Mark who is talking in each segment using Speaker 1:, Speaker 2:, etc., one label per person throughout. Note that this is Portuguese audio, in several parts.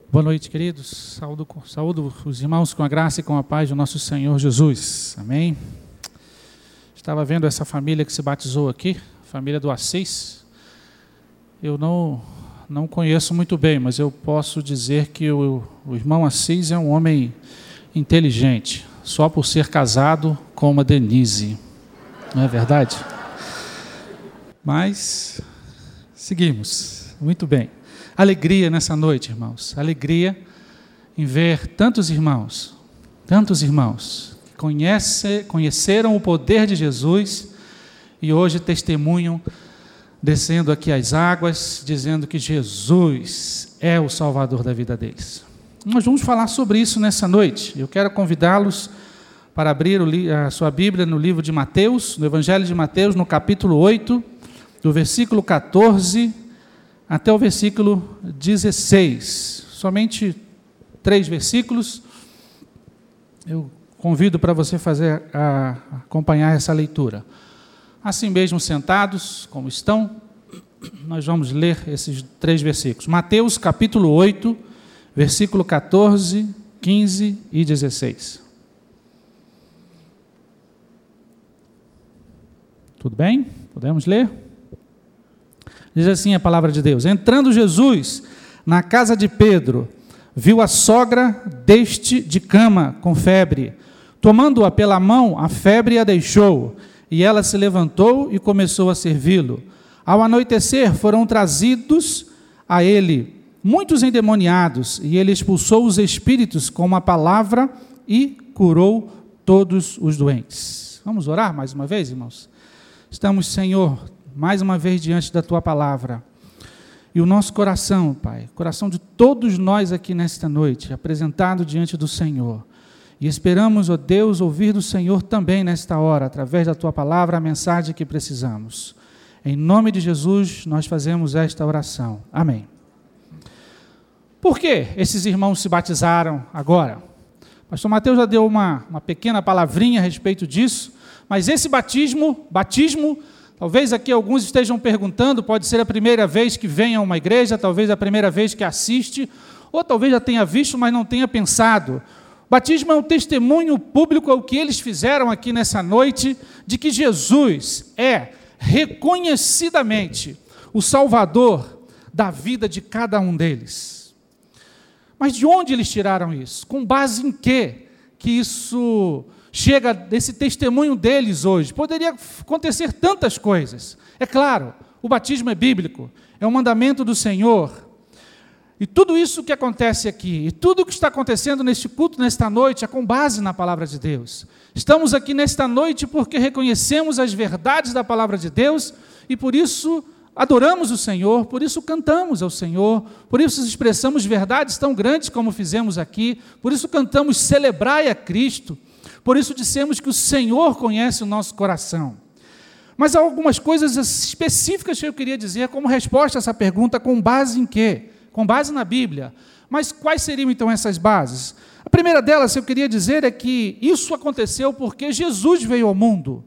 Speaker 1: Boa noite, queridos. Saúdo os irmãos com a graça e com a paz do nosso Senhor Jesus. Amém. Estava vendo essa família que se batizou aqui, família do Assis. Eu não conheço muito bem, mas eu posso dizer que o irmão Assis é um homem inteligente, só por ser casado com uma Denise. Não é verdade? Mas seguimos. Muito bem. Alegria nessa noite, irmãos. Alegria em ver tantos irmãos que conheceram o poder de Jesus e hoje testemunham descendo aqui as águas, dizendo que Jesus é o Salvador da vida deles. Nós vamos falar sobre isso nessa noite. Eu quero convidá-los para abrir a sua Bíblia no livro de Mateus, no Evangelho de Mateus, no capítulo 8, do versículo 14 até o versículo 16. Somente 3 versículos. Eu convido para você acompanhar essa leitura. Assim mesmo, sentados, como estão, nós vamos ler esses 3 versículos. Mateus, capítulo 8, versículo 14, 15 e 16. Tudo bem? Podemos ler? Diz assim a palavra de Deus: entrando Jesus na casa de Pedro, viu a sogra deste de cama com febre. Tomando-a pela mão, a febre a deixou, e ela se levantou e começou a servi-lo. Ao anoitecer, foram trazidos a ele muitos endemoniados, e ele expulsou os espíritos com uma palavra e curou todos os doentes. Vamos orar mais uma vez, irmãos? Estamos, Senhor, mais uma vez diante da Tua palavra. E o nosso coração, Pai, coração de todos nós aqui nesta noite, apresentado diante do Senhor. E esperamos, ó Deus, ouvir do Senhor também nesta hora, através da Tua palavra, a mensagem que precisamos. Em nome de Jesus, nós fazemos esta oração. Amém. Por que esses irmãos se batizaram agora? Pastor Mateus já deu uma pequena palavrinha a respeito disso, mas esse batismo, talvez aqui alguns estejam perguntando, pode ser a primeira vez que vem a uma igreja, talvez a primeira vez que assiste, ou talvez já tenha visto, mas não tenha pensado. Batismo é um testemunho público ao que eles fizeram aqui nessa noite, de que Jesus é reconhecidamente o Salvador da vida de cada um deles. Mas de onde eles tiraram isso? Com base em quê que isso chega desse testemunho deles hoje? Poderia acontecer tantas coisas. É claro, o batismo é bíblico, é um mandamento do Senhor. E tudo isso que acontece aqui, e tudo o que está acontecendo neste culto, nesta noite, é com base na palavra de Deus. Estamos aqui nesta noite porque reconhecemos as verdades da palavra de Deus, e por isso adoramos o Senhor, por isso cantamos ao Senhor, por isso expressamos verdades tão grandes como fizemos aqui, por isso cantamos celebrai a Cristo, por isso dissemos que o Senhor conhece o nosso coração. Mas há algumas coisas específicas que eu queria dizer como resposta a essa pergunta, com base em quê? Com base na Bíblia. Mas quais seriam então essas bases? A primeira delas, eu queria dizer, é que isso aconteceu porque Jesus veio ao mundo.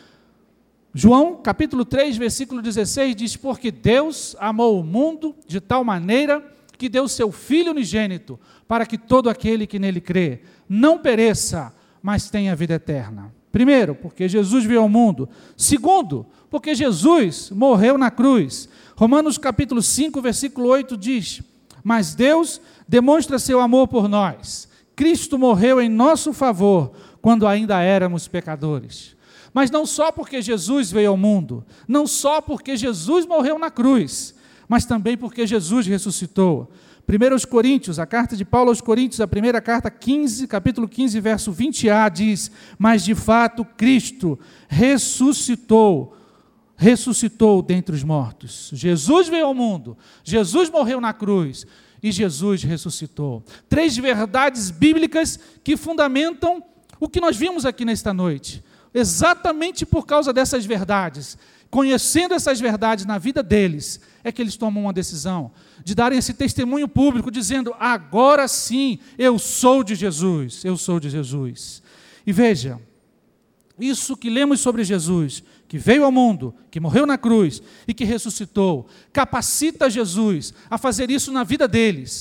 Speaker 1: João, capítulo 3, versículo 16, diz: porque Deus amou o mundo de tal maneira que deu seu Filho unigênito, para que todo aquele que nele crê não pereça, mas tenha vida eterna. Primeiro, porque Jesus veio ao mundo. Segundo, porque Jesus morreu na cruz. Romanos capítulo 5, versículo 8 diz: mas Deus demonstra seu amor por nós. Cristo morreu em nosso favor, quando ainda éramos pecadores. Mas não só porque Jesus veio ao mundo, não só porque Jesus morreu na cruz, mas também porque Jesus ressuscitou. 1 Coríntios, a carta de Paulo aos Coríntios, a primeira carta, capítulo 15, verso 20a, diz: mas de fato Cristo ressuscitou dentre os mortos. Jesus veio ao mundo, Jesus morreu na cruz e Jesus ressuscitou. 3 verdades bíblicas que fundamentam o que nós vimos aqui nesta noite. Exatamente por causa dessas verdades, conhecendo essas verdades na vida deles, é que eles tomam uma decisão de darem esse testemunho público, dizendo: agora sim, eu sou de Jesus, eu sou de Jesus. E veja, isso que lemos sobre Jesus, que veio ao mundo, que morreu na cruz e que ressuscitou, capacita Jesus a fazer isso na vida deles,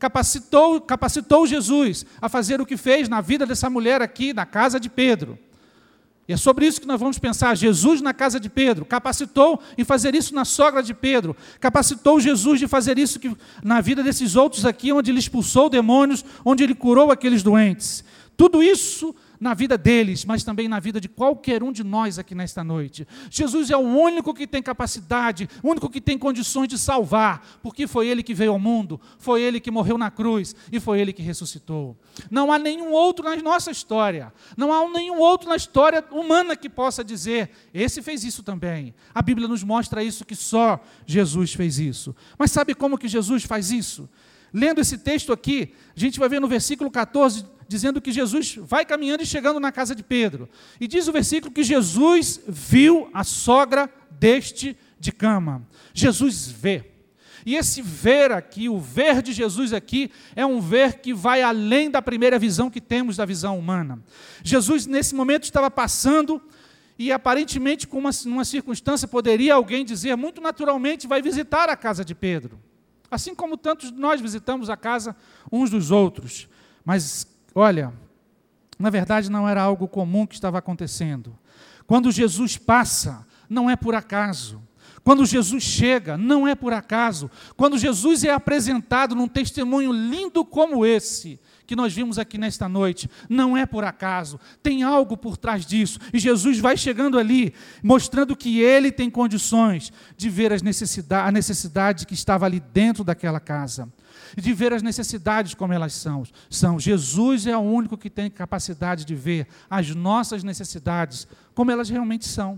Speaker 1: capacitou Jesus a fazer o que fez na vida dessa mulher aqui, na casa de Pedro. E é sobre isso que nós vamos pensar. Jesus na casa de Pedro, capacitou em fazer isso na sogra de Pedro, capacitou Jesus de fazer isso na vida desses outros aqui, onde ele expulsou demônios, onde ele curou aqueles doentes. Tudo isso na vida deles, mas também na vida de qualquer um de nós aqui nesta noite. Jesus é o único que tem capacidade, o único que tem condições de salvar, porque foi Ele que veio ao mundo, foi Ele que morreu na cruz e foi Ele que ressuscitou. Não há nenhum outro na nossa história, não há nenhum outro na história humana que possa dizer, esse fez isso também. A Bíblia nos mostra isso, que só Jesus fez isso. Mas sabe como que Jesus faz isso? Lendo esse texto aqui, a gente vai ver no versículo 14, dizendo que Jesus vai caminhando e chegando na casa de Pedro. E diz o versículo que Jesus viu a sogra deste de cama. Jesus vê. E esse ver aqui, o ver de Jesus aqui, é um ver que vai além da primeira visão que temos da visão humana. Jesus, nesse momento, estava passando e, aparentemente, com numa circunstância, poderia alguém dizer, muito naturalmente, vai visitar a casa de Pedro. Assim como tantos de nós visitamos a casa uns dos outros. Mas, olha, na verdade não era algo comum que estava acontecendo. Quando Jesus passa, não é por acaso. Quando Jesus chega, não é por acaso. Quando Jesus é apresentado num testemunho lindo como esse, que nós vimos aqui nesta noite, não é por acaso, tem algo por trás disso, e Jesus vai chegando ali, mostrando que Ele tem condições de ver a necessidade que estava ali dentro daquela casa, e de ver as necessidades como elas são. Jesus é o único que tem capacidade de ver as nossas necessidades como elas realmente são.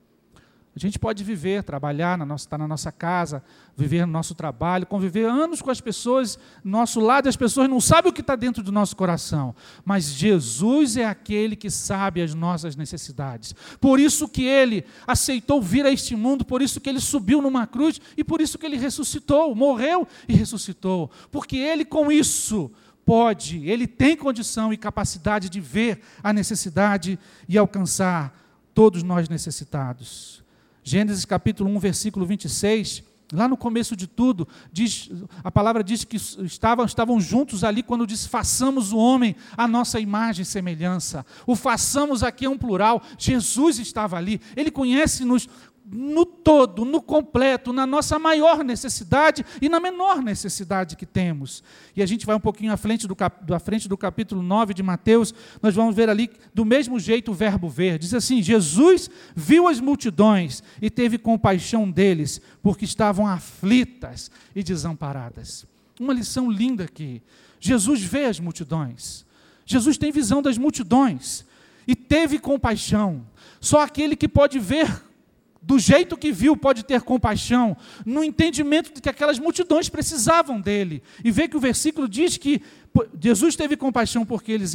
Speaker 1: A gente pode viver, trabalhar, estar na nossa casa, viver no nosso trabalho, conviver anos com as pessoas, nosso lado, e as pessoas não sabem o que está dentro do nosso coração. Mas Jesus é aquele que sabe as nossas necessidades. Por isso que Ele aceitou vir a este mundo, por isso que Ele subiu numa cruz, e por isso que Ele ressuscitou, morreu e ressuscitou. Porque Ele com isso Ele tem condição e capacidade de ver a necessidade e alcançar todos nós necessitados. Gênesis capítulo 1, versículo 26, lá no começo de tudo, a palavra diz que estavam juntos ali quando diz, façamos o homem à nossa imagem e semelhança. O façamos aqui é um plural, Jesus estava ali, Ele conhece-nos no todo, no completo, na nossa maior necessidade e na menor necessidade que temos. E a gente vai um pouquinho à frente do capítulo 9 de Mateus, nós vamos ver ali, do mesmo jeito, o verbo ver. Diz assim, Jesus viu as multidões e teve compaixão deles, porque estavam aflitas e desamparadas. Uma lição linda aqui. Jesus vê as multidões. Jesus tem visão das multidões e teve compaixão. Só aquele que pode ver do jeito que viu, pode ter compaixão, no entendimento de que aquelas multidões precisavam dele. E vê que o versículo diz que Jesus teve compaixão porque elas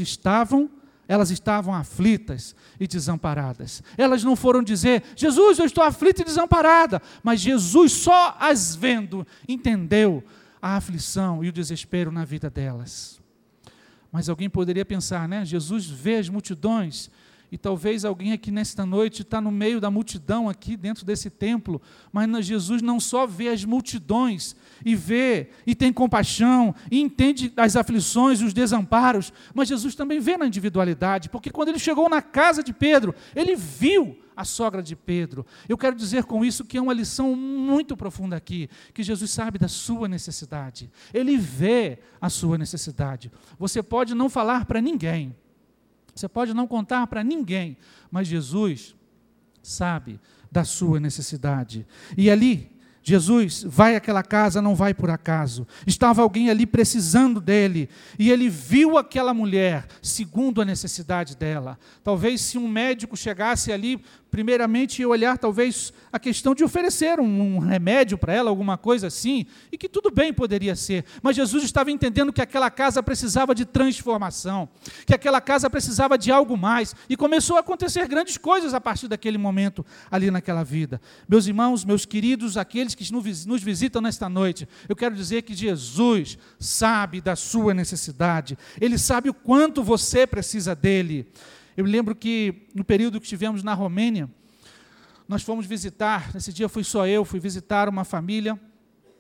Speaker 1: estavam aflitas e desamparadas. Elas não foram dizer, Jesus, eu estou aflita e desamparada, mas Jesus, só as vendo, entendeu a aflição e o desespero na vida delas. Mas alguém poderia pensar, né? Jesus vê as multidões. E talvez alguém aqui nesta noite está no meio da multidão aqui dentro desse templo, mas Jesus não só vê as multidões e vê e tem compaixão e entende as aflições e os desamparos, mas Jesus também vê na individualidade, porque quando ele chegou na casa de Pedro, ele viu a sogra de Pedro. Eu quero dizer com isso que é uma lição muito profunda aqui, que Jesus sabe da sua necessidade, Ele vê a sua necessidade. Você pode não falar para ninguém, você pode não contar para ninguém, mas Jesus sabe da sua necessidade. E ali, Jesus vai àquela casa, não vai por acaso. Estava alguém ali precisando dele, e ele viu aquela mulher, segundo a necessidade dela. Talvez se um médico chegasse ali, primeiramente ia olhar talvez a questão de oferecer um remédio para ela, alguma coisa assim, e que tudo bem poderia ser, mas Jesus estava entendendo que aquela casa precisava de transformação, que aquela casa precisava de algo mais, e começou a acontecer grandes coisas a partir daquele momento ali naquela vida. Meus irmãos, meus queridos, aqueles que nos visitam nesta noite, eu quero dizer que Jesus sabe da sua necessidade, Ele sabe o quanto você precisa dEle. Eu lembro que no período que estivemos na Romênia, nós fomos visitar, nesse dia fui só eu, fui visitar uma família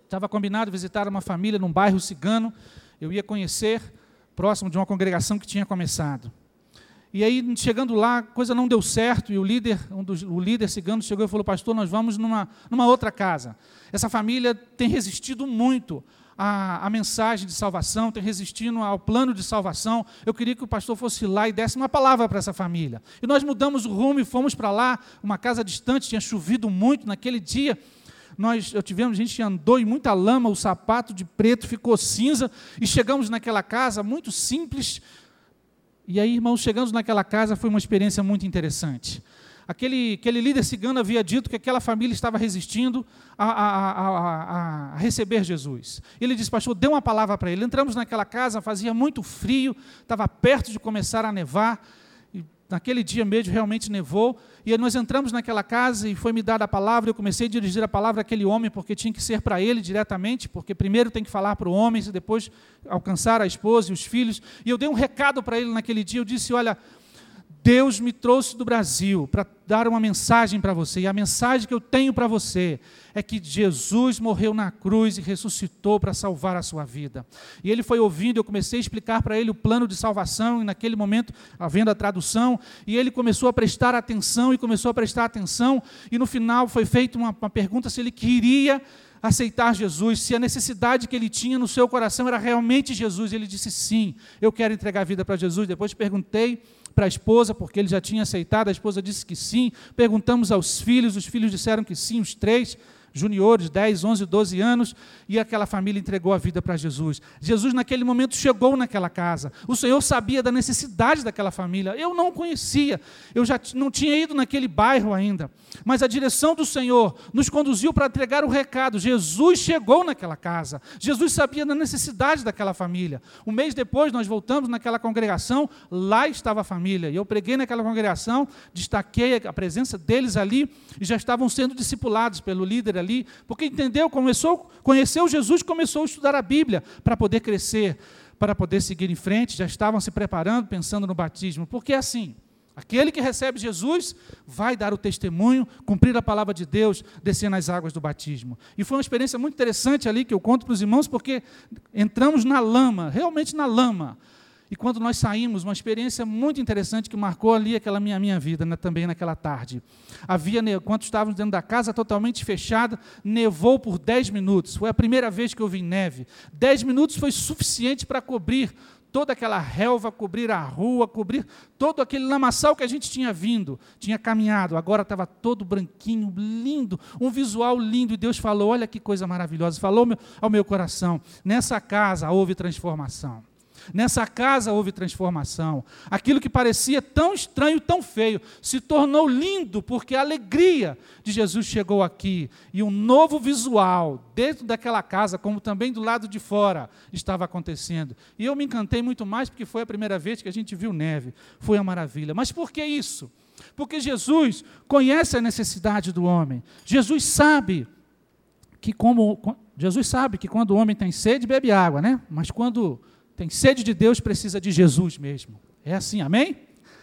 Speaker 1: Estava combinado visitar uma família num bairro cigano. Eu ia conhecer, próximo de uma congregação que tinha começado. E aí, chegando lá, a coisa não deu certo, e o líder cigano chegou e falou: pastor, nós vamos numa outra casa. Essa família tem resistido muito à mensagem de salvação, tem resistido ao plano de salvação. Eu queria que o pastor fosse lá e desse uma palavra para essa família. E nós mudamos o rumo e fomos para lá, uma casa distante, tinha chovido muito naquele dia. A gente andou em muita lama, o sapato de preto ficou cinza, e chegamos naquela casa muito simples. E aí, irmãos, chegamos naquela casa, foi uma experiência muito interessante. Aquele líder cigano havia dito que aquela família estava resistindo a receber Jesus. Ele disse: pastor, dê uma palavra para ele. Entramos naquela casa, fazia muito frio, estava perto de começar a nevar. E naquele dia mesmo realmente nevou. E aí nós entramos naquela casa e foi me dada a palavra. Eu comecei a dirigir a palavra àquele homem, porque tinha que ser para ele diretamente, porque primeiro tem que falar para o homem, e depois alcançar a esposa e os filhos. E eu dei um recado para ele naquele dia. Eu disse: olha, Deus me trouxe do Brasil para dar uma mensagem para você, e a mensagem que eu tenho para você é que Jesus morreu na cruz e ressuscitou para salvar a sua vida. E ele foi ouvindo, eu comecei a explicar para ele o plano de salvação, e naquele momento, havendo a tradução, e ele começou a prestar atenção, e no final foi feita uma pergunta se ele queria aceitar Jesus, se a necessidade que ele tinha no seu coração era realmente Jesus. Ele disse: sim, eu quero entregar a vida para Jesus. Depois perguntei para a esposa, porque ele já tinha aceitado, a esposa disse que sim. Perguntamos aos filhos, os filhos disseram que sim, os 3 juniores, 10, 11, 12 anos, e aquela família entregou a vida para Jesus. Jesus, naquele momento, chegou naquela casa. O Senhor sabia da necessidade daquela família. Eu não conhecia, eu já não tinha ido naquele bairro ainda, mas a direção do Senhor nos conduziu para entregar o recado. Jesus chegou naquela casa. Jesus sabia da necessidade daquela família. Um mês depois, nós voltamos naquela congregação, lá estava a família, e eu preguei naquela congregação, destaquei a presença deles ali, e já estavam sendo discipulados pelo líder ali, porque entendeu, conheceu Jesus, começou a estudar a Bíblia para poder crescer, para poder seguir em frente, já estavam se preparando, pensando no batismo, porque é assim, aquele que recebe Jesus vai dar o testemunho, cumprir a palavra de Deus, descer nas águas do batismo. E foi uma experiência muito interessante ali, que eu conto para os irmãos, porque entramos na lama, realmente na lama. E quando nós saímos, uma experiência muito interessante que marcou ali aquela minha vida, né, também naquela tarde. Quando estávamos dentro da casa, totalmente fechada, nevou por 10 minutos. Foi a primeira vez que eu vi neve. 10 minutos foi suficiente para cobrir toda aquela relva, cobrir a rua, cobrir todo aquele lamaçal que a gente tinha caminhado. Agora estava todo branquinho, lindo, um visual lindo. E Deus falou: olha que coisa maravilhosa. Falou ao meu coração: nessa casa houve transformação. Nessa casa houve transformação. Aquilo que parecia tão estranho, tão feio, se tornou lindo, porque a alegria de Jesus chegou aqui. E um novo visual dentro daquela casa, como também do lado de fora, estava acontecendo. E eu me encantei muito mais, porque foi a primeira vez que a gente viu neve. Foi uma maravilha. Mas por que isso? Porque Jesus conhece a necessidade do homem. Jesus sabe que quando o homem tem sede, bebe água, né? Mas quando tem sede de Deus, precisa de Jesus mesmo. É assim, amém?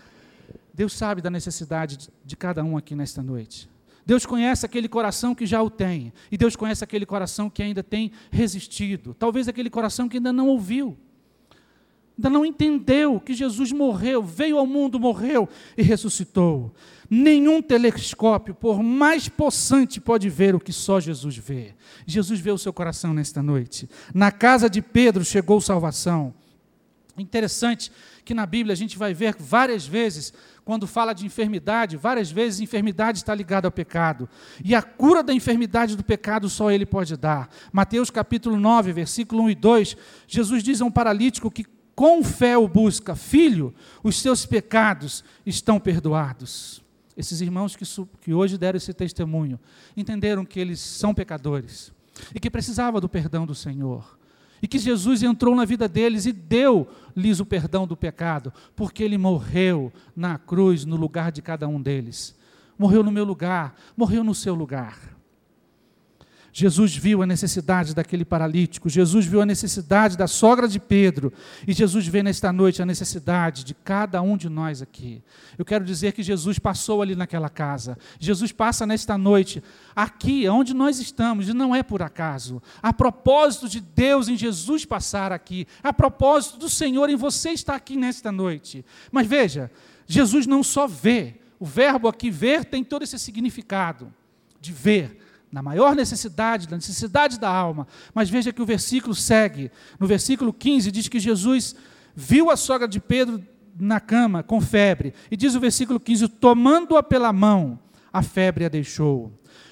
Speaker 1: Deus sabe da necessidade de cada um aqui nesta noite. Deus conhece aquele coração que já o tem. E Deus conhece aquele coração que ainda tem resistido. Talvez aquele coração que ainda não ouviu. Ainda não entendeu que Jesus morreu, veio ao mundo, morreu e ressuscitou. Nenhum telescópio, por mais possante, pode ver o que só Jesus vê. Jesus vê o seu coração nesta noite. Na casa de Pedro chegou salvação. Interessante que na Bíblia a gente vai ver várias vezes, quando fala de enfermidade, várias vezes enfermidade está ligada ao pecado. E a cura da enfermidade do pecado só Ele pode dar. Mateus capítulo 9, versículo 1 e 2, Jesus diz a um paralítico que com fé o busca: filho, os seus pecados estão perdoados. Esses irmãos que hoje deram esse testemunho, entenderam que eles são pecadores, e que precisavam do perdão do Senhor, e que Jesus entrou na vida deles e deu-lhes o perdão do pecado, porque Ele morreu na cruz, no lugar de cada um deles. Morreu no meu lugar, morreu no seu lugar. Jesus viu a necessidade daquele paralítico, Jesus viu a necessidade da sogra de Pedro, e Jesus vê nesta noite a necessidade de cada um de nós aqui. Eu quero dizer que Jesus passou ali naquela casa, Jesus passa nesta noite, aqui, onde nós estamos, e não é por acaso. A propósito de Deus em Jesus passar aqui, a propósito do Senhor em você estar aqui nesta noite. Mas veja, Jesus não só vê, o verbo aqui ver tem todo esse significado de ver, na maior necessidade, da necessidade da alma. Mas veja que o versículo segue. No versículo 15 diz que Jesus viu a sogra de Pedro na cama com febre. E diz o versículo 15, tomando-a pela mão, a febre a deixou.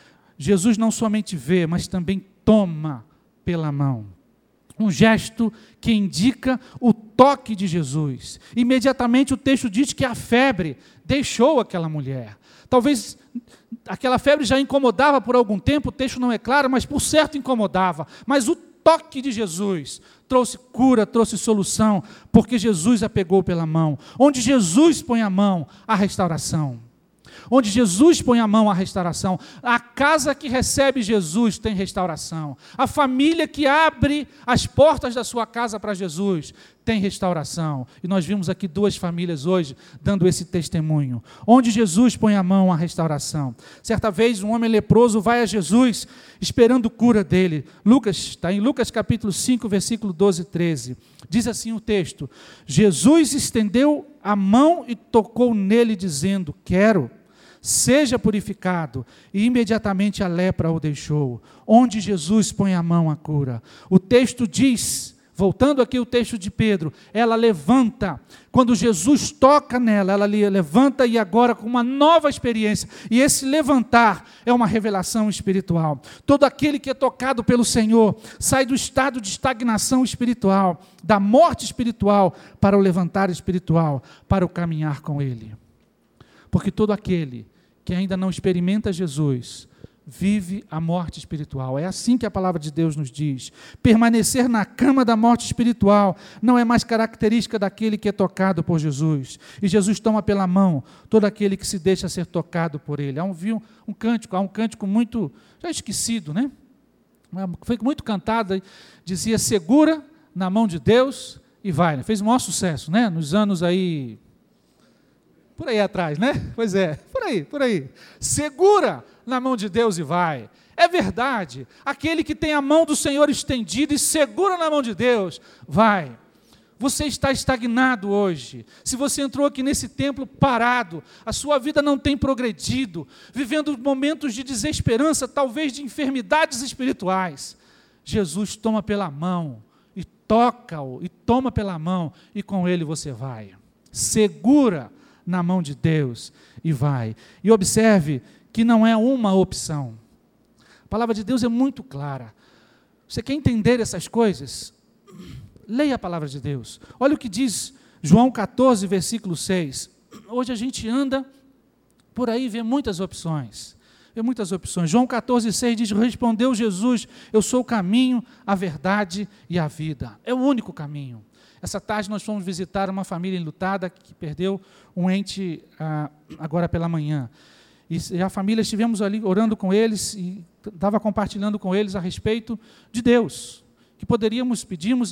Speaker 1: Jesus não somente vê, mas também toma pela mão. Um gesto que indica o toque de Jesus. Imediatamente o texto diz que a febre deixou aquela mulher. Talvez aquela febre já incomodava por algum tempo, o texto não é claro, mas por certo incomodava. Mas o toque de Jesus trouxe cura, trouxe solução, porque Jesus a pegou pela mão. Onde Jesus põe a mão, há restauração. Onde Jesus põe a mão, há restauração. A casa que recebe Jesus tem restauração. A família que abre as portas da sua casa para Jesus tem restauração. E nós vimos aqui 2 famílias hoje dando esse testemunho. Onde Jesus põe a mão, há restauração. Certa vez um homem leproso vai a Jesus esperando cura dele. Está em Lucas capítulo 5, versículo 12 e 13. Diz assim o texto: Jesus estendeu a mão e tocou nele, dizendo: quero, seja purificado. E imediatamente a lepra o deixou. Onde Jesus põe a mão, a cura. O texto diz, voltando aqui o texto de Pedro, ela levanta. Quando Jesus toca nela, ela levanta e agora com uma nova experiência. E esse levantar é uma revelação espiritual. Todo aquele que é tocado pelo Senhor sai do estado de estagnação espiritual, da morte espiritual para o levantar espiritual, para o caminhar com Ele. Porque todo aquele que ainda não experimenta Jesus vive a morte espiritual. É assim que a palavra de Deus nos diz. Permanecer na cama da morte espiritual não é mais característica daquele que é tocado por Jesus. E Jesus toma pela mão todo aquele que se deixa ser tocado por Ele. Há um cântico muito, já esquecido, né? Foi muito cantado, dizia: segura na mão de Deus e vai. Fez o maior sucesso, né? Nos anos aí, por aí atrás, né? Pois é, por aí. Segura na mão de Deus e vai. É verdade. Aquele que tem a mão do Senhor estendida e segura na mão de Deus, vai. Você está estagnado hoje. Se você entrou aqui nesse templo parado, a sua vida não tem progredido, vivendo momentos de desesperança, talvez de enfermidades espirituais. Jesus toma pela mão e toca-o, e toma pela mão, e com ele você vai. Segura na mão de Deus e vai. E observe que não é uma opção. A palavra de Deus é muito clara. Você quer entender essas coisas? Leia a palavra de Deus. Olha o que diz João 14, versículo 6. Hoje a gente anda por aí e vê muitas opções. João 14, 6 diz: respondeu Jesus: eu sou o caminho, a verdade e a vida. É o único caminho. Essa tarde nós fomos visitar uma família enlutada que perdeu um ente agora pela manhã. E a família, estivemos ali orando com eles e estava compartilhando com eles a respeito de Deus. Que poderíamos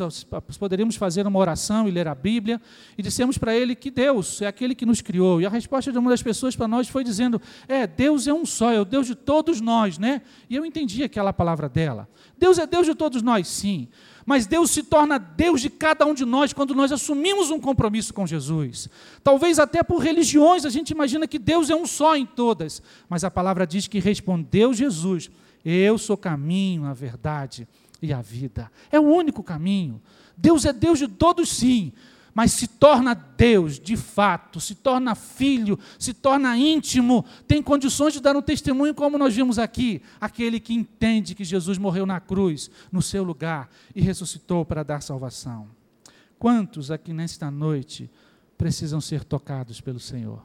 Speaker 1: fazer uma oração e ler a Bíblia, e dissemos para ele que Deus é aquele que nos criou. E a resposta de uma das pessoas para nós foi dizendo: Deus é um só, é o Deus de todos nós, né? E eu entendi aquela palavra dela. Deus é Deus de todos nós, sim. Mas Deus se torna Deus de cada um de nós quando nós assumimos um compromisso com Jesus. Talvez até por religiões a gente imagina que Deus é um só em todas. Mas a palavra diz que respondeu Jesus: eu sou o caminho, a verdade e a vida. É o único caminho. Deus é Deus de todos, sim, mas se torna Deus de fato, se torna filho, se torna íntimo, tem condições de dar um testemunho como nós vimos aqui, aquele que entende que Jesus morreu na cruz, no seu lugar, e ressuscitou para dar salvação. Quantos aqui nesta noite precisam ser tocados pelo Senhor?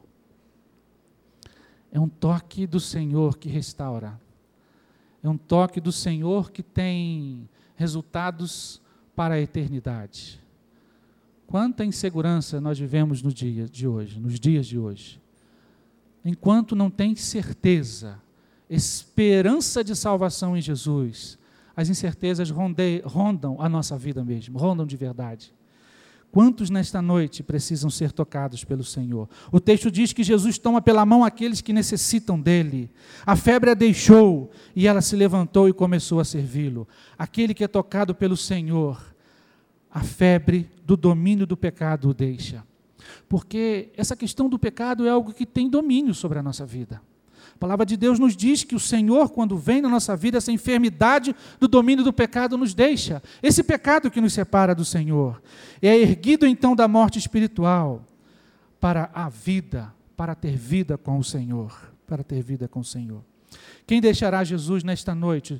Speaker 1: É um toque do Senhor que restaura. É um toque do Senhor que tem resultados para a eternidade. Quanta insegurança nós vivemos nos dias de hoje. Enquanto não tem certeza, esperança de salvação em Jesus, as incertezas rondam a nossa vida mesmo, rondam de verdade. Quantos nesta noite precisam ser tocados pelo Senhor? O texto diz que Jesus toma pela mão aqueles que necessitam dele. A febre a deixou e ela se levantou e começou a servi-lo. Aquele que é tocado pelo Senhor, a febre do domínio do pecado o deixa. Porque essa questão do pecado é algo que tem domínio sobre a nossa vida. A palavra de Deus nos diz que o Senhor, quando vem na nossa vida, essa enfermidade do domínio do pecado nos deixa. Esse pecado que nos separa do Senhor é erguido então da morte espiritual para a vida, para ter vida com o Senhor, para ter vida com o Senhor. Quem deixará Jesus nesta noite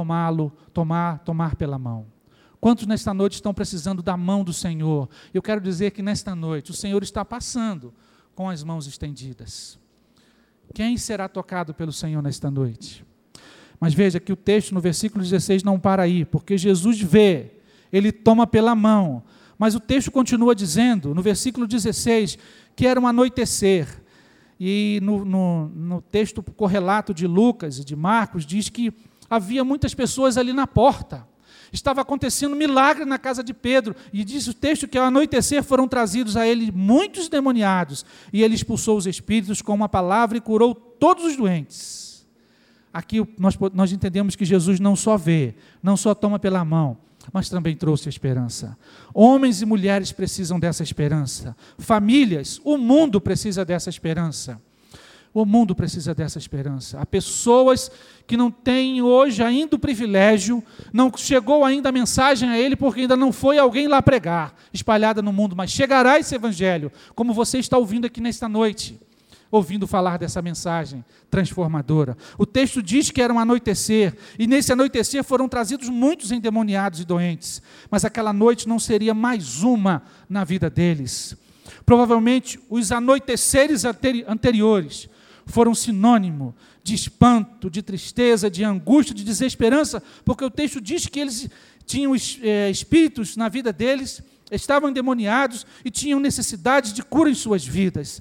Speaker 1: tomar pela mão? Quantos nesta noite estão precisando da mão do Senhor? Eu quero dizer que nesta noite o Senhor está passando com as mãos estendidas. Quem será tocado pelo Senhor nesta noite? Mas veja que o texto no versículo 16 não para aí, porque Jesus vê, ele toma pela mão. Mas o texto continua dizendo, no versículo 16, que era um anoitecer. E no texto correlato de Lucas e de Marcos, diz que havia muitas pessoas ali na porta. Estava acontecendo um milagre na casa de Pedro, e diz o texto que ao anoitecer foram trazidos a ele muitos endemoniados, e ele expulsou os espíritos com uma palavra e curou todos os doentes. Aqui nós entendemos que Jesus não só vê, não só toma pela mão, mas também trouxe a esperança. Homens e mulheres precisam dessa esperança, famílias, o mundo precisa dessa esperança. O mundo precisa dessa esperança. Há pessoas que não têm hoje ainda o privilégio, não chegou ainda a mensagem a ele, porque ainda não foi alguém lá pregar, espalhada no mundo, mas chegará esse evangelho, como você está ouvindo aqui nesta noite, ouvindo falar dessa mensagem transformadora. O texto diz que era um anoitecer, e nesse anoitecer foram trazidos muitos endemoniados e doentes, mas aquela noite não seria mais uma na vida deles. Provavelmente os anoiteceres anteriores foram sinônimo de espanto, de tristeza, de angústia, de desesperança, porque o texto diz que eles tinham espíritos na vida deles, estavam endemoniados e tinham necessidade de cura em suas vidas.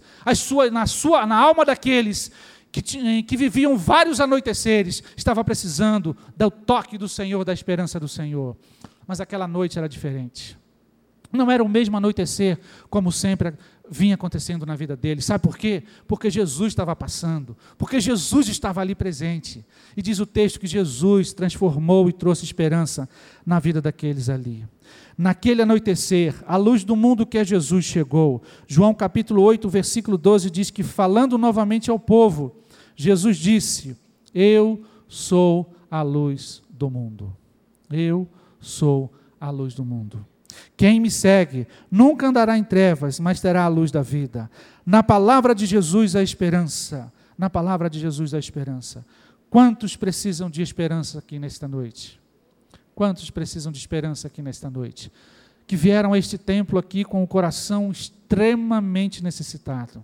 Speaker 1: Na alma daqueles que viviam vários anoiteceres, estava precisando do toque do Senhor, da esperança do Senhor. Mas aquela noite era diferente. Não era o mesmo anoitecer, como sempre vinha acontecendo na vida deles. Sabe por quê? Porque Jesus estava passando, porque Jesus estava ali presente. E diz o texto que Jesus transformou e trouxe esperança na vida daqueles ali. Naquele anoitecer, a luz do mundo que é Jesus chegou. João capítulo 8, versículo 12 diz que, falando novamente ao povo, Jesus disse: eu sou a luz do mundo. Eu sou a luz do mundo. Quem me segue nunca andará em trevas, mas terá a luz da vida. Na palavra de Jesus a esperança. Na palavra de Jesus a esperança. Quantos precisam de esperança aqui nesta noite? Quantos precisam de esperança aqui nesta noite? Que vieram a este templo aqui com o coração extremamente necessitado.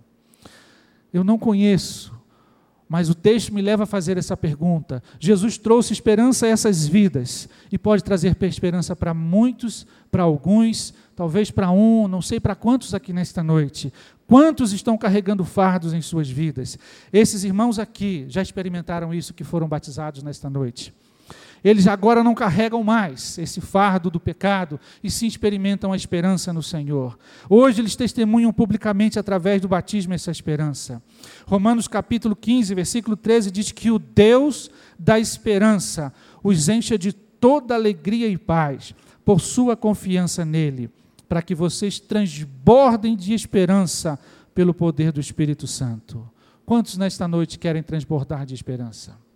Speaker 1: Eu não conheço, mas o texto me leva a fazer essa pergunta. Jesus trouxe esperança a essas vidas e pode trazer esperança para muitos, para alguns, talvez para um, não sei para quantos aqui nesta noite. Quantos estão carregando fardos em suas vidas? Esses irmãos aqui já experimentaram isso, que foram batizados nesta noite. Eles agora não carregam mais esse fardo do pecado e sim experimentam a esperança no Senhor. Hoje eles testemunham publicamente através do batismo essa esperança. Romanos capítulo 15, versículo 13 diz que o Deus da esperança os encha de toda alegria e paz por sua confiança nele, para que vocês transbordem de esperança pelo poder do Espírito Santo. Quantos nesta noite querem transbordar de esperança?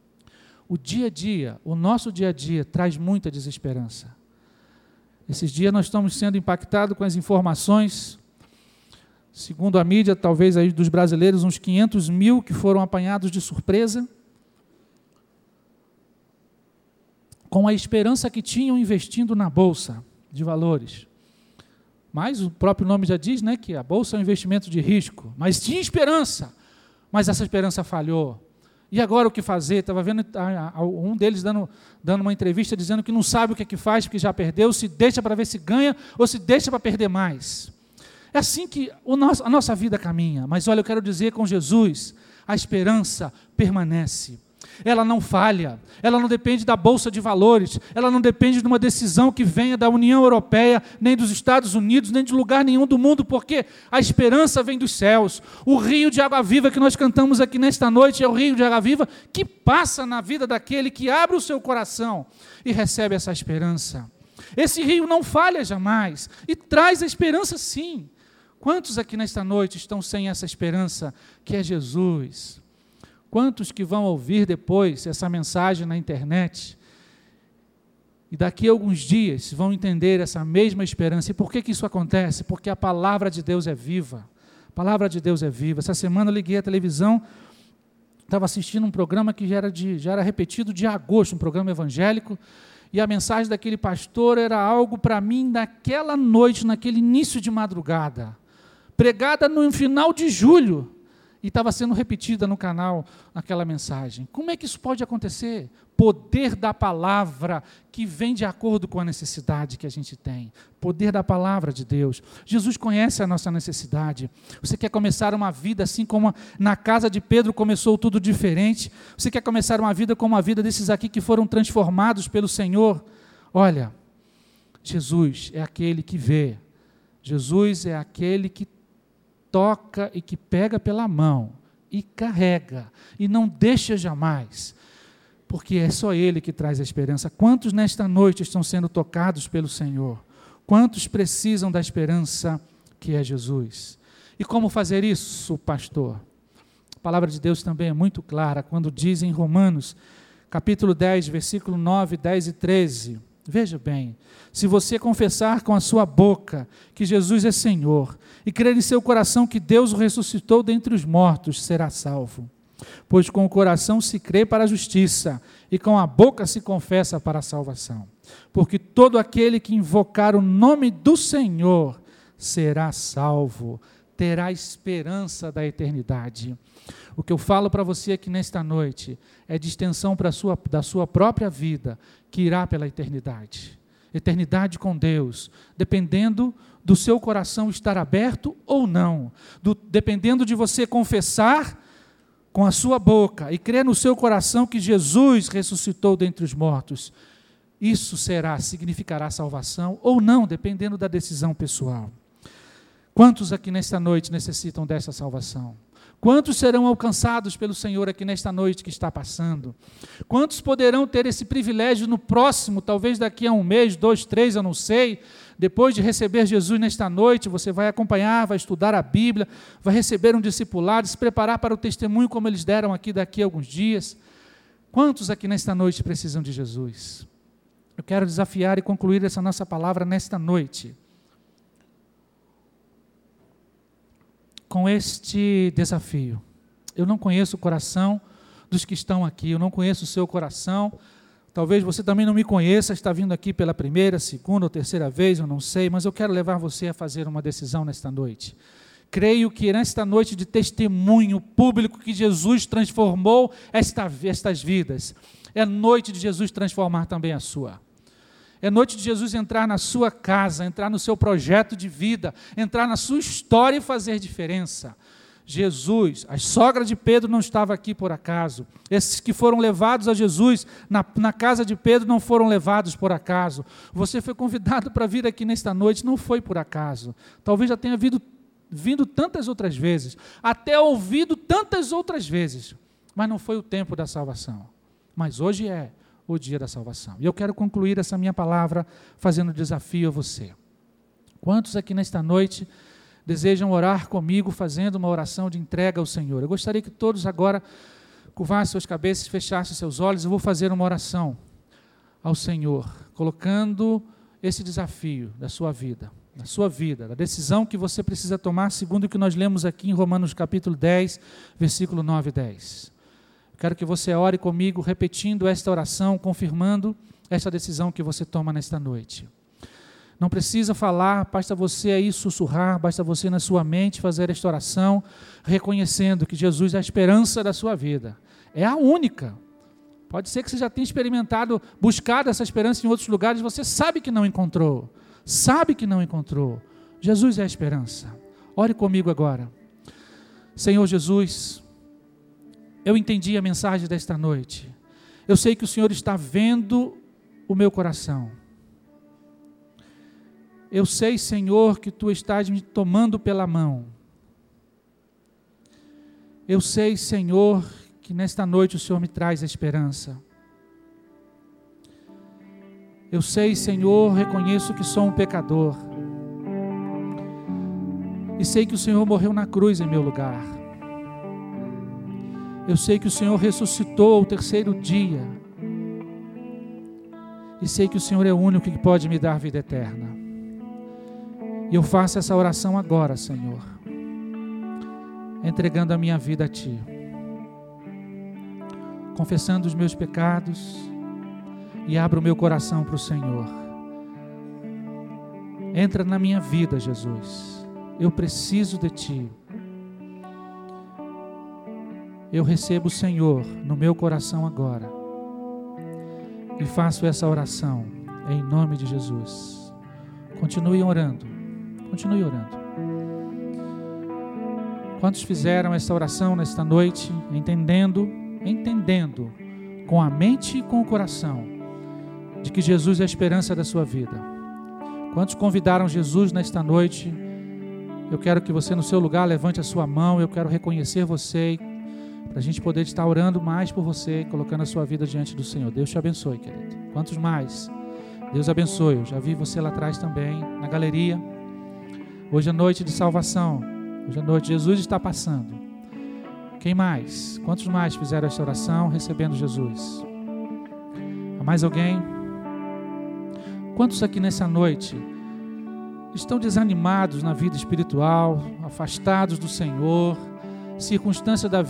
Speaker 1: O dia a dia, o nosso dia a dia, traz muita desesperança. Esses dias nós estamos sendo impactados com as informações, segundo a mídia, talvez aí dos brasileiros, uns 500 mil que foram apanhados de surpresa, com a esperança que tinham investindo na Bolsa de Valores. Mas o próprio nome já diz, né, que a Bolsa é um investimento de risco, mas tinha esperança, mas essa esperança falhou. E agora o que fazer? Estava vendo um deles dando uma entrevista dizendo que não sabe o que é que faz, porque já perdeu, se deixa para ver se ganha ou se deixa para perder mais. É assim que a nossa vida caminha. Mas olha, eu quero dizer, com Jesus, a esperança permanece. Ela não falha, ela não depende da Bolsa de Valores, ela não depende de uma decisão que venha da União Europeia, nem dos Estados Unidos, nem de lugar nenhum do mundo, porque a esperança vem dos céus. O rio de água viva que nós cantamos aqui nesta noite é o rio de água viva que passa na vida daquele que abre o seu coração e recebe essa esperança. Esse rio não falha jamais e traz a esperança sim. Quantos aqui nesta noite estão sem essa esperança que é Jesus? Quantos que vão ouvir depois essa mensagem na internet e daqui a alguns dias vão entender essa mesma esperança? E por que isso acontece? Porque a palavra de Deus é viva. A palavra de Deus é viva. Essa semana eu liguei a televisão, estava assistindo um programa que já era repetido de agosto, um programa evangélico, e a mensagem daquele pastor era algo para mim naquela noite, naquele início de madrugada, pregada no final de julho, e estava sendo repetida no canal aquela mensagem. Como é que isso pode acontecer? Poder da palavra que vem de acordo com a necessidade que a gente tem. Poder da palavra de Deus. Jesus conhece a nossa necessidade. Você quer começar uma vida assim como na casa de Pedro começou tudo diferente? Você quer começar uma vida como a vida desses aqui que foram transformados pelo Senhor? Olha, Jesus é aquele que vê. Jesus é aquele que toca e que pega pela mão e carrega e não deixa jamais, porque é só Ele que traz a esperança. Quantos nesta noite estão sendo tocados pelo Senhor? Quantos precisam da esperança que é Jesus? E como fazer isso, pastor? A palavra de Deus também é muito clara quando diz em Romanos, capítulo 10, versículo 9, 10 e 13, veja bem, se você confessar com a sua boca que Jesus é Senhor e crer em seu coração que Deus o ressuscitou dentre os mortos, será salvo. Pois com o coração se crê para a justiça e com a boca se confessa para a salvação. Porque todo aquele que invocar o nome do Senhor será salvo, terá esperança da eternidade. O que eu falo para você aqui nesta noite é de extensão da sua própria vida, que irá pela eternidade. Eternidade com Deus, dependendo do seu coração estar aberto ou não, dependendo de você confessar com a sua boca e crer no seu coração que Jesus ressuscitou dentre os mortos. Isso significará salvação ou não, dependendo da decisão pessoal. Quantos aqui nesta noite necessitam dessa salvação? Quantos serão alcançados pelo Senhor aqui nesta noite que está passando? Quantos poderão ter esse privilégio no próximo, talvez daqui a 1 mês, 2, 3, eu não sei, depois de receber Jesus nesta noite, você vai acompanhar, vai estudar a Bíblia, vai receber um discipulado, se preparar para o testemunho como eles deram aqui daqui a alguns dias. Quantos aqui nesta noite precisam de Jesus? Eu quero desafiar e concluir essa nossa palavra nesta noite com este desafio. Eu não conheço o coração dos que estão aqui, eu não conheço o seu coração, talvez você também não me conheça, está vindo aqui pela primeira, segunda ou terceira vez, eu não sei, mas eu quero levar você a fazer uma decisão nesta noite. Creio que nesta noite de testemunho público que Jesus transformou estas vidas, é noite de Jesus transformar também a sua. É noite de Jesus entrar na sua casa, entrar no seu projeto de vida, entrar na sua história e fazer diferença. Jesus, a sogra de Pedro não estava aqui por acaso. Esses que foram levados a Jesus na casa de Pedro não foram levados por acaso. Você foi convidado para vir aqui nesta noite, não foi por acaso. Talvez já tenha vindo tantas outras vezes, até ouvido tantas outras vezes, mas não foi o tempo da salvação. Mas hoje é o dia da salvação. E eu quero concluir essa minha palavra fazendo um desafio a você. Quantos aqui nesta noite desejam orar comigo, fazendo uma oração de entrega ao Senhor? Eu gostaria que todos agora curvassem suas cabeças, fechassem seus olhos. Eu vou fazer uma oração ao Senhor, colocando esse desafio da sua vida, da decisão que você precisa tomar, segundo o que nós lemos aqui em Romanos capítulo 10, versículo 9 e 10. Quero que você ore comigo, repetindo esta oração, confirmando esta decisão que você toma nesta noite. Não precisa falar, basta você aí sussurrar, basta você na sua mente fazer esta oração, reconhecendo que Jesus é a esperança da sua vida. É a única. Pode ser que você já tenha experimentado, buscado essa esperança em outros lugares, você sabe que não encontrou. Sabe que não encontrou. Jesus é a esperança. Ore comigo agora. Senhor Jesus, eu entendi a mensagem desta noite. Eu sei que o Senhor está vendo o meu coração. Eu sei, Senhor, que Tu estás me tomando pela mão. Eu sei, Senhor, que nesta noite o Senhor me traz a esperança. Eu sei, Senhor, reconheço que sou um pecador. E sei que o Senhor morreu na cruz em meu lugar. Eu sei que o Senhor ressuscitou ao terceiro dia. E sei que o Senhor é o único que pode me dar vida eterna. E eu faço essa oração agora, Senhor, entregando a minha vida a Ti, confessando os meus pecados e abro o meu coração para o Senhor. Entra na minha vida, Jesus. Eu preciso de Ti. Eu recebo o Senhor no meu coração agora e faço essa oração em nome de Jesus. Continue orando. Continue orando. Quantos fizeram essa oração nesta noite, entendendo com a mente e com o coração, de que Jesus é a esperança da sua vida? Quantos convidaram Jesus nesta noite? Eu quero que você no seu lugar levante a sua mão, eu quero reconhecer você, para a gente poder estar orando mais por você, colocando a sua vida diante do Senhor. Deus te abençoe, querido. Quantos mais? Deus abençoe. Eu já vi você lá atrás também, na galeria. Hoje é noite de salvação. Hoje à noite Jesus está passando. Quem mais? Quantos mais fizeram esta oração recebendo Jesus? Há mais alguém? Quantos aqui nessa noite estão desanimados na vida espiritual, afastados do Senhor? Circunstâncias da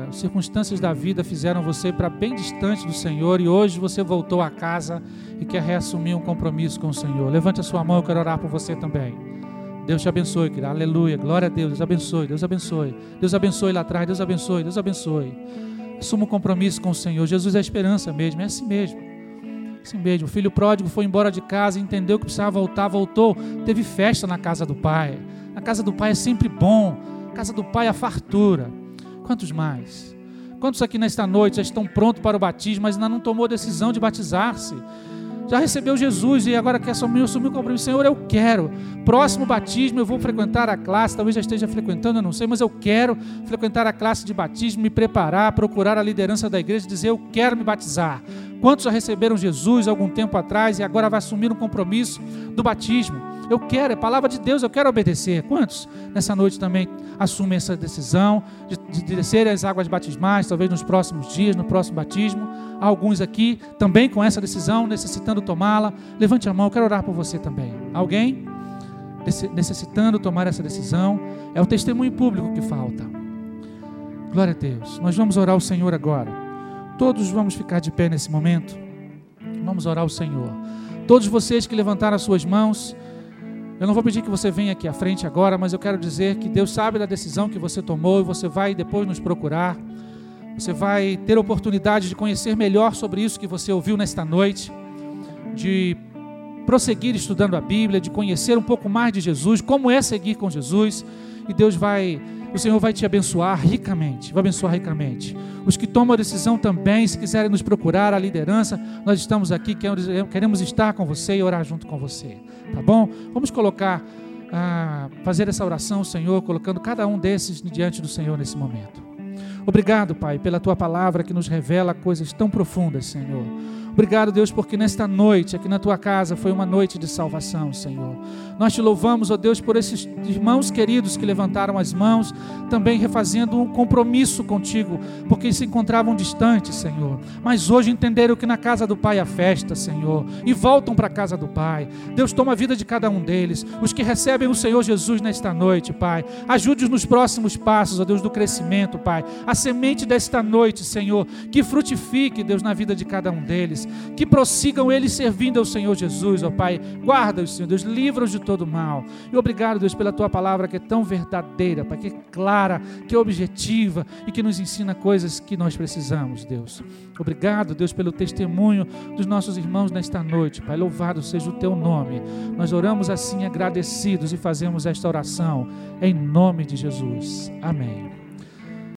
Speaker 1: vida fizeram você para bem distante do Senhor e hoje você voltou a casa e quer reassumir um compromisso com o Senhor. Levante a sua mão, eu quero orar por você também. Deus te abençoe, querido. Aleluia, glória a Deus. Deus abençoe, Deus abençoe. Deus abençoe lá atrás, Deus abençoe, Deus abençoe. Assuma um compromisso com o Senhor. Jesus é a esperança mesmo, é assim mesmo. Assim mesmo. O filho pródigo foi embora de casa, entendeu que precisava voltar, voltou. Teve festa na casa do Pai. Na casa do Pai é sempre bom. Na casa do Pai é a fartura. Quantos mais? Quantos aqui nesta noite já estão prontos para o batismo, mas ainda não tomou decisão de batizar-se? Já recebeu Jesus e agora quer assumir o compromisso. Senhor, eu quero. Próximo batismo eu vou frequentar a classe. Talvez já esteja frequentando, eu não sei, mas eu quero frequentar a classe de batismo, me preparar, procurar a liderança da igreja e dizer, eu quero me batizar. Quantos já receberam Jesus algum tempo atrás e agora vai assumir um compromisso do batismo? Eu quero, é palavra de Deus, eu quero obedecer. Quantos nessa noite também assumem essa decisão de descer as águas batismais, talvez nos próximos dias, no próximo batismo? Há alguns aqui também com essa decisão, necessitando tomá-la. Levante a mão, eu quero orar por você também. Alguém necessitando tomar essa decisão? É o testemunho público que falta. Glória a Deus. Nós vamos orar ao Senhor agora. Todos vamos ficar de pé nesse momento. Vamos orar ao Senhor. Todos vocês que levantaram as suas mãos, eu não vou pedir que você venha aqui à frente agora, mas eu quero dizer que Deus sabe da decisão que você tomou e você vai depois nos procurar. Você vai ter a oportunidade de conhecer melhor sobre isso que você ouviu nesta noite, de prosseguir estudando a Bíblia, de conhecer um pouco mais de Jesus, como é seguir com Jesus, e o Senhor vai te abençoar ricamente, vai abençoar ricamente. Os que tomam a decisão também, se quiserem nos procurar, a liderança, nós estamos aqui, queremos estar com você e orar junto com você, tá bom? Vamos fazer essa oração, Senhor, colocando cada um desses diante do Senhor nesse momento. Obrigado, Pai, pela Tua palavra que nos revela coisas tão profundas, Senhor. Obrigado, Deus, porque nesta noite, aqui na Tua casa, foi uma noite de salvação, Senhor. Nós Te louvamos, ó Deus, por esses irmãos queridos que levantaram as mãos, também refazendo um compromisso Contigo, porque se encontravam distantes, Senhor. Mas hoje entenderam que na casa do Pai há festa, Senhor, e voltam para a casa do Pai. Deus, toma a vida de cada um deles, os que recebem o Senhor Jesus nesta noite, Pai. Ajude-os nos próximos passos, ó Deus, do crescimento, Pai. A semente desta noite, Senhor, que frutifique, Deus, na vida de cada um deles. Que prossigam eles servindo ao Senhor Jesus, ó Pai. Guarda-os, Senhor Deus, livra-os de todo mal. E obrigado, Deus, pela Tua palavra que é tão verdadeira, Pai, que é clara, que é objetiva e que nos ensina coisas que nós precisamos, Deus. Obrigado, Deus, pelo testemunho dos nossos irmãos nesta noite, Pai. Louvado seja o Teu nome. Nós oramos assim agradecidos e fazemos esta oração em nome de Jesus. Amém.